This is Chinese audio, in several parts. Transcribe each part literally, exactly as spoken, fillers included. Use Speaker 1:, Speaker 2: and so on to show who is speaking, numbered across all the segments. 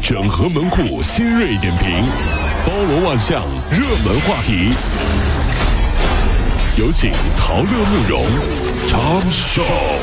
Speaker 1: 整合门户新锐点评，包罗万象，热门话题。有请陶乐慕容长寿。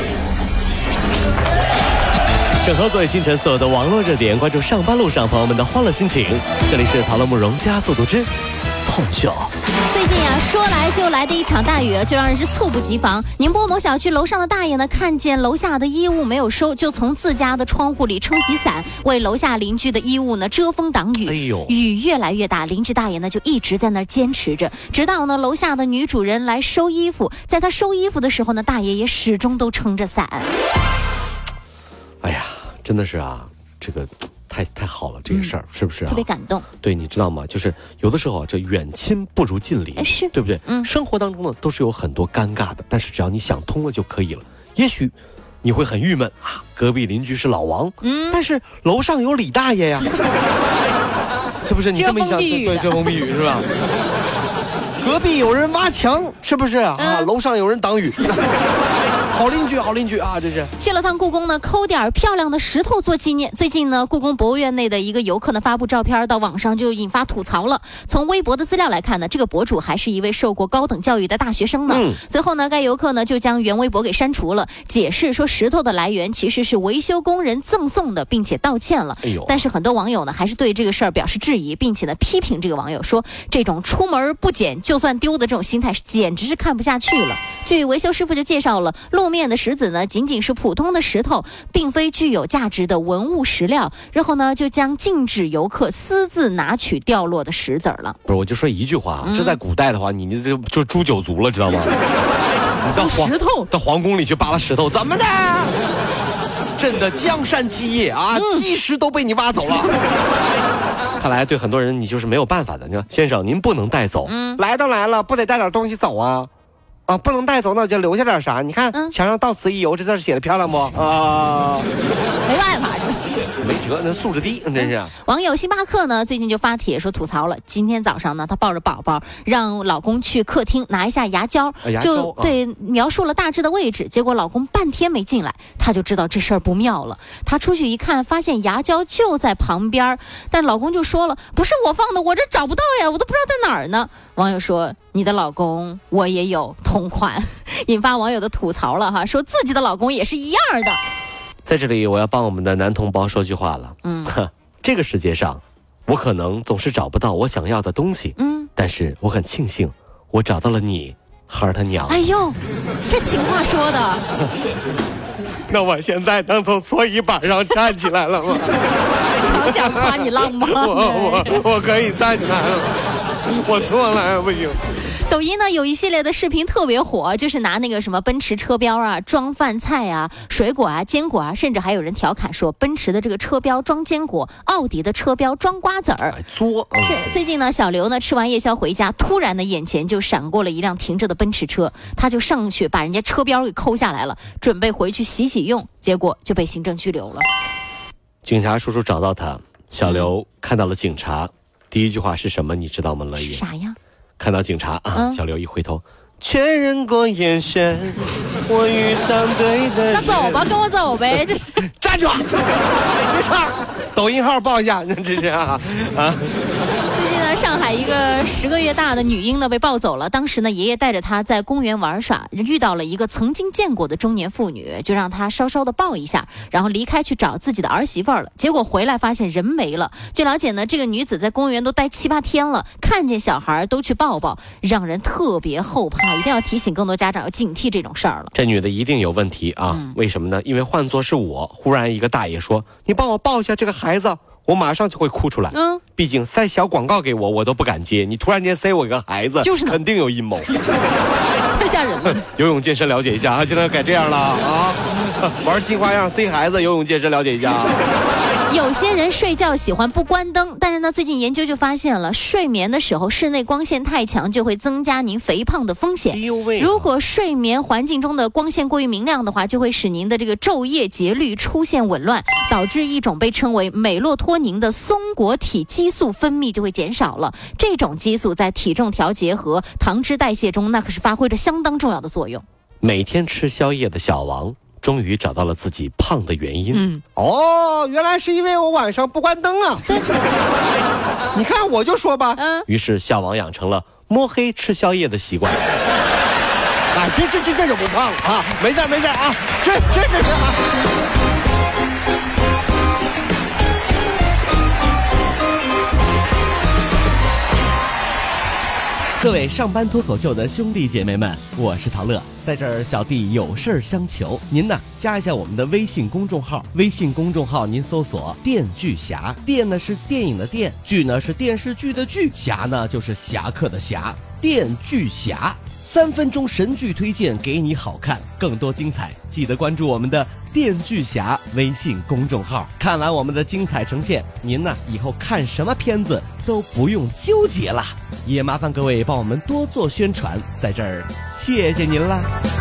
Speaker 2: 整合最清晨所有的网络热点，关注上班路上朋友们的欢乐心情。这里是陶乐慕容加速度之痛秀。
Speaker 3: 最近呀，说来就来的一场大雨，就让人是猝不及防。宁波某小区楼上的大爷呢，看见楼下的衣物没有收，就从自家的窗户里撑起伞，为楼下邻居的衣物呢遮风挡雨。
Speaker 2: 哎呦，
Speaker 3: 雨越来越大，邻居大爷呢就一直在那儿坚持着，直到呢楼下的女主人来收衣服。在他收衣服的时候呢，大爷也始终都撑着伞。
Speaker 2: 哎呀，真的是啊，这个。太太好了，这个事儿、嗯、是不是、啊、
Speaker 3: 特别感动？
Speaker 2: 对，你知道吗？就是有的时候啊，这远亲不如近邻，
Speaker 3: 是
Speaker 2: 对不对？
Speaker 3: 嗯，
Speaker 2: 生活当中呢都是有很多尴尬的，但是只要你想通了就可以了。也许你会很郁闷啊，隔壁邻居是老王，嗯，但是楼上有李大爷呀，是不是？你这么一想，对，遮风避雨是吧？隔壁有人挖墙，是不是啊？嗯、楼上有人挡雨。好邻居，好邻居啊！这是
Speaker 3: 去了趟故宫呢，抠点漂亮的石头做纪念。最近呢，故宫博物院内的一个游客呢发布照片到网上，就引发吐槽了。从微博的资料来看呢，这个博主还是一位受过高等教育的大学生呢。嗯、随后呢，该游客呢就将原微博给删除了，解释说石头的来源其实是维修工人赠送的，并且道歉了。哎呦！但是很多网友呢还是对这个事儿表示质疑，并且呢批评这个网友说，这种出门不捡就算丢的这种心态，简直是看不下去了。据维修师傅就介绍了，路面的石子呢仅仅是普通的石头，并非具有价值的文物石料。然后呢就将禁止游客私自拿取掉落的石子了。
Speaker 2: 不是，我就说一句话，嗯、这在古代的话，你这就诛九族了，知道吗？你到皇
Speaker 3: 石头
Speaker 2: 到皇宫里去扒拉石头，怎么的？朕的江山基业啊，嗯、基石都被你挖走了。看来对很多人你就是没有办法的。你说，先生您不能带走，嗯、来都来了，不得带点东西走啊？啊，不能带走，那我就留下点啥？你看，嗯、墙上到此一游，这字写的漂亮不？啊，
Speaker 3: 没办法，
Speaker 2: 没辙，那素质低，真是。
Speaker 3: 网友星巴克呢，最近就发帖说吐槽了。今天早上呢，她抱着宝宝，让老公去客厅拿一下牙胶，
Speaker 2: 啊、牙胶
Speaker 3: 就对、啊、描述了大致的位置。结果老公半天没进来，她就知道这事儿不妙了。她出去一看，发现牙胶就在旁边，但老公就说了，不是我放的，我这找不到呀，我都不知道在哪儿呢。网友说，你的老公我也有同款，引发网友的吐槽了哈，说自己的老公也是一样的。
Speaker 2: 在这里我要帮我们的男同胞说句话了，嗯，这个世界上我可能总是找不到我想要的东西，嗯，但是我很庆幸我找到了你和他娘。
Speaker 3: 哎呦，这情话说的。
Speaker 2: 那我现在能从搓衣板上站起来了吗？
Speaker 3: 好想夸你浪漫。
Speaker 2: 我我我可以站起来了，我错了，不行。
Speaker 3: 抖音呢有一系列的视频特别火，就是拿那个什么奔驰车标啊装饭菜啊、水果啊、坚果啊，甚至还有人调侃说奔驰的这个车标装坚果，奥迪的车标装瓜子儿。
Speaker 2: 作、
Speaker 3: 嗯、是最近呢，小刘呢吃完夜宵回家，突然的眼前就闪过了一辆停着的奔驰车，他就上去把人家车标给抠下来了，准备回去洗洗用，结果就被行政拘留了。
Speaker 2: 警察叔叔找到他，小刘看到了警察，第一句话是什么？你知道吗？乐意
Speaker 3: 啥呀？
Speaker 2: 看到警察啊，嗯、小刘一回头，确认过眼神，我遇上对的人。
Speaker 3: 那走吧，跟我走呗。这
Speaker 2: 站住！没事儿，抖音号报一下，这是啊啊。
Speaker 3: 最近呢，上海一个十个月大的女婴呢被抱走了。当时呢，爷爷带着她在公园玩耍，遇到了一个曾经见过的中年妇女，就让她稍稍的抱一下，然后离开去找自己的儿媳妇了。结果回来发现人没了。据了解呢，这个女子在公园都待七八天了，看见小孩都去抱抱，让人特别后怕。一定要提醒更多家长要警惕这种事儿了。
Speaker 2: 这女的一定有问题啊！嗯、为什么呢？因为换作是我，忽然一个大爷说：“你帮我抱一下这个孩子。”我马上就会哭出来。嗯，毕竟塞小广告给我，我都不敢接。你突然间塞我一个孩子，就是肯定有阴谋。
Speaker 3: 太吓人了。
Speaker 2: 游泳健身了解一下啊，现在改这样了啊，玩新花样塞孩子，游泳健身了解一下。
Speaker 3: 有些人睡觉喜欢不关灯，但是呢，最近研究就发现了，睡眠的时候室内光线太强，就会增加您肥胖的风险。如果睡眠环境中的光线过于明亮的话，就会使您的这个昼夜节律出现紊乱，导致一种被称为美洛托宁的松果体激素分泌就会减少了。这种激素在体重调节和糖脂代谢中，那可是发挥着相当重要的作用。
Speaker 2: 每天吃宵夜的小王终于找到了自己胖的原因。
Speaker 3: 嗯，
Speaker 2: 哦，原来是因为我晚上不关灯啊！你看我就说吧。嗯。于是小王养成了摸黑吃宵夜的习惯。啊，这这这这就不胖了啊！没事没事啊，吃吃吃吃啊！
Speaker 4: 各位上班脱口秀的兄弟姐妹们，我是陶乐，在这儿小弟有事儿相求，您呢加一下我们的微信公众号，微信公众号您搜索电锯侠，电呢是电影的电，剧呢是电视剧的剧，侠呢就是侠客的侠，电锯侠，三分钟神剧推荐给你好看，更多精彩记得关注我们的电锯侠微信公众号。看完我们的精彩呈现，您呢以后看什么片子都不用纠结了，也麻烦各位帮我们多做宣传，在这儿谢谢您啦。